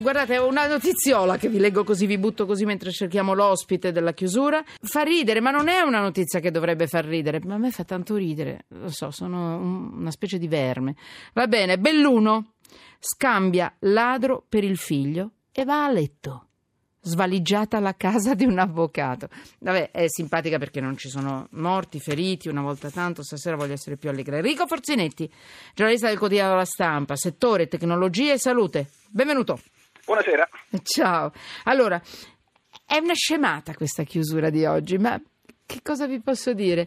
Guardate, ho una notiziola che vi leggo così, vi butto così mentre cerchiamo l'ospite della chiusura. Fa ridere, ma non è una notizia che dovrebbe far ridere, ma a me fa tanto ridere, lo so, sono una specie di verme. Va bene, Belluno scambia ladro per il figlio e va a letto. Svaligiata la casa di un avvocato. Vabbè, è simpatica perché non ci sono morti, feriti, una volta tanto. Stasera voglio essere più allegra. Enrico Forzinetti, giornalista del quotidiano La Stampa, settore tecnologia e salute. Benvenuto. Buonasera. Ciao. Allora, è una scemata questa chiusura di oggi, ma che cosa vi posso dire?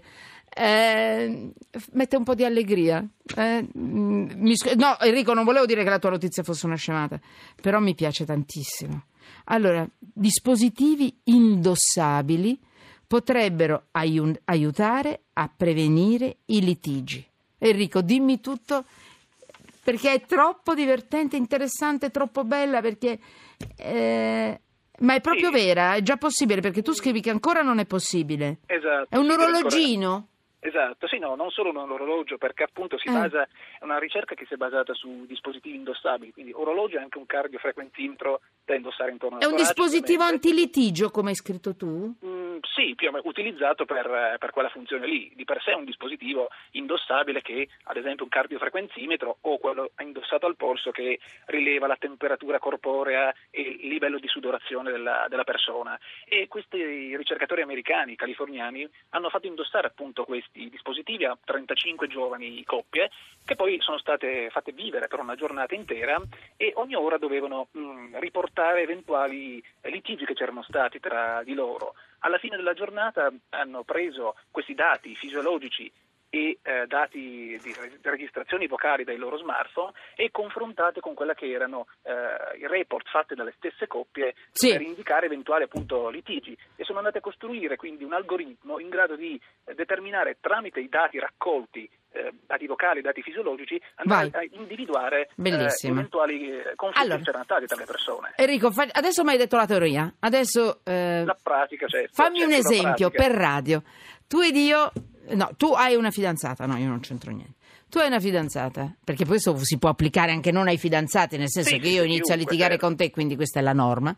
Mette un po' di allegria. No, Enrico, non volevo dire che la tua notizia fosse una scemata, però mi piace tantissimo. Allora, dispositivi indossabili potrebbero aiutare a prevenire i litigi. Enrico, dimmi tutto, perché è troppo divertente, interessante, troppo bella, perché ma è proprio vera, è già possibile, perché tu scrivi che ancora non è possibile. Esatto. È un orologino? Esatto, sì, no, non solo un orologio, perché appunto è una ricerca che si è basata su dispositivi indossabili, quindi orologio e anche un cardiofrequenzimetro da indossare intorno al È un torace, dispositivo ovviamente. antilitigio, come hai scritto tu? Sì, più o meno utilizzato per quella funzione lì. Di per sé è un dispositivo indossabile che, ad esempio, un cardiofrequenzimetro o quello indossato al polso che rileva la temperatura corporea e il livello di sudorazione della persona. E questi ricercatori americani, californiani, hanno fatto indossare appunto questi dispositivi a 35 giovani coppie che poi sono state fatte vivere per una giornata intera e ogni ora dovevano riportare eventuali litigi che c'erano stati tra di loro. Alla fine della giornata hanno preso questi dati fisiologici e dati di registrazioni vocali dai loro smartphone e confrontate con quella che erano i report fatti dalle stesse coppie, sì, per indicare eventuali appunto litigi, e sono andate a costruire quindi un algoritmo in grado di determinare tramite i dati raccolti, dati vocali, dati fisiologici, andare a individuare eventuali conflitti che c'erano stati tra le persone. Enrico, adesso mi hai detto la teoria, adesso la pratica, fammi un esempio per radio. Tu ed io. No, tu hai una fidanzata, no, io non c'entro niente. Tu hai una fidanzata, perché questo si può applicare anche non ai fidanzati, nel senso che io inizio a litigare con te, quindi questa è la norma.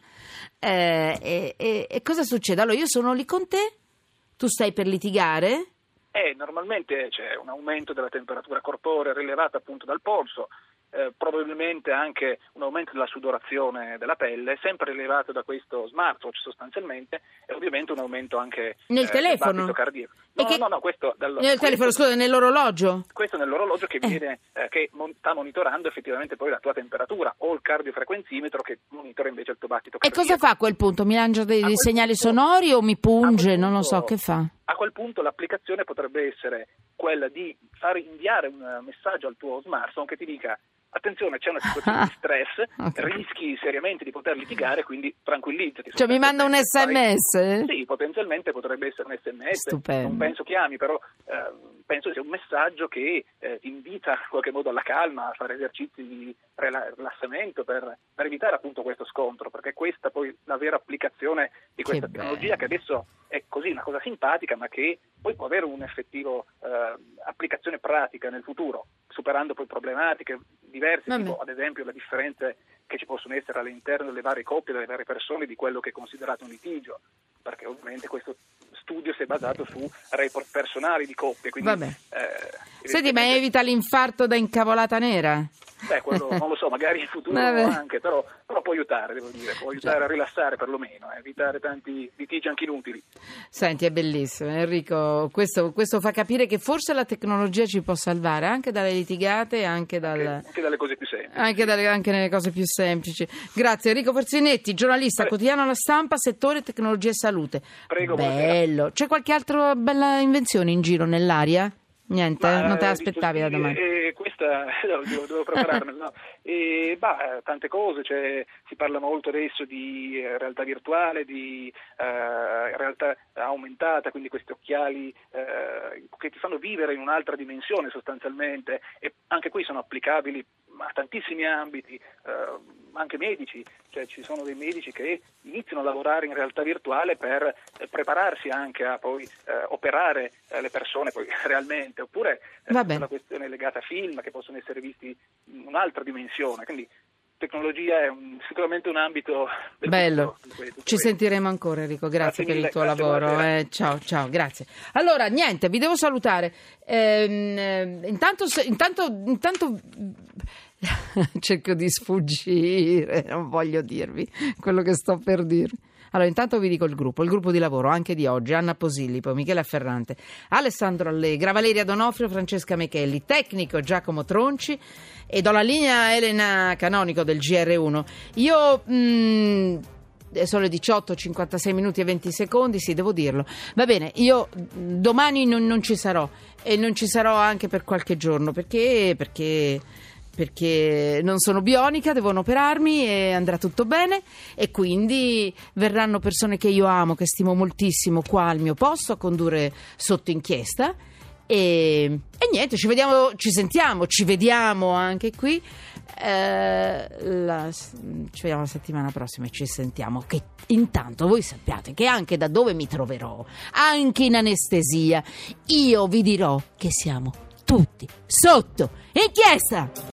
E cosa succede? Allora io sono lì con te, tu stai per litigare? Normalmente c'è un aumento della temperatura corporea rilevata appunto dal polso, probabilmente anche un aumento della sudorazione della pelle, sempre rilevato da questo smartwatch sostanzialmente, e ovviamente un aumento anche nel telefono? del battito cardiaco. No, questo telefono, scusa, nell'orologio? Questo nell'orologio che viene che sta monitorando effettivamente poi la tua temperatura, o il cardiofrequenzimetro che monitora invece il tuo battito cardiaco. E cosa fa a quel punto? Mi lancia dei segnali sonori o mi punge? Non lo so, che fa? A quel punto l'applicazione potrebbe essere quella di far inviare un messaggio al tuo smartphone che ti dica: attenzione, c'è una situazione di stress, rischi seriamente di poter litigare, quindi tranquillizzati. Cioè mi manda un SMS? Sì, potenzialmente potrebbe essere un SMS. Stupendo. Non penso chiami, però penso sia un messaggio che ti invita in qualche modo alla calma, a fare esercizi di rilassamento per evitare appunto questo scontro, perché questa poi la vera applicazione di questa tecnologia, che adesso è così una cosa simpatica, ma che poi può avere un effettivo applicazione pratica nel futuro, superando poi problematiche diverse, tipo ad esempio le differenze che ci possono essere all'interno delle varie coppie, delle varie persone, di quello che è considerato un litigio, perché ovviamente questo studio si è basato su report personali di coppie. Quindi, senti, ma evita l'infarto da incavolata nera? Quello non lo so, magari in futuro anche, però può aiutare, devo dire, può aiutare a rilassare perlomeno, evitare tanti litigi anche inutili. Senti, è bellissimo, Enrico, questo fa capire che forse la tecnologia ci può salvare anche dalle litigate, anche dalle cose più semplici. Anche nelle cose più semplici. Grazie Enrico Forzinetti, giornalista, quotidiano La Stampa, settore tecnologia e salute. Prego. Bello. C'è qualche altra bella invenzione in giro nell'aria? Niente? Non te l'aspettavi la domanda? Questa devo prepararmi, no? Tante cose, si parla molto adesso di realtà virtuale, di realtà aumentata, quindi questi occhiali che ti fanno vivere in un'altra dimensione sostanzialmente, e anche qui sono applicabili a tantissimi ambiti, anche medici, cioè ci sono dei medici che iniziano a lavorare in realtà virtuale per prepararsi anche a poi operare le persone poi realmente, oppure la questione legata a film che possono essere visti in un'altra dimensione, quindi tecnologia è sicuramente un ambito bello. Ci sentiremo ancora, Enrico, grazie per il tuo lavoro. Ciao, grazie. Allora, niente, vi devo salutare. Intanto cerco di sfuggire, non voglio dirvi quello che sto per dirvi. Allora, intanto vi dico il gruppo di lavoro anche di oggi: Anna Posillipo, Michele Afferrante, Alessandro Allegra, Valeria Donofrio, Francesca Mechelli, tecnico Giacomo Tronci, e do la linea a Elena Canonico del GR1. Io sono le 18:56 minuti e 20 secondi, sì, devo dirlo. Va bene, io domani non ci sarò, e non ci sarò anche per qualche giorno, perché non sono bionica, devono operarmi e andrà tutto bene, e quindi verranno persone che io amo, che stimo moltissimo, qua al mio posto a condurre Sotto Inchiesta, e niente, ci vediamo anche qui, ci vediamo la settimana prossima e ci sentiamo. Che intanto voi sappiate che anche da dove mi troverò, anche in anestesia, io vi dirò che siamo tutti sotto inchiesta.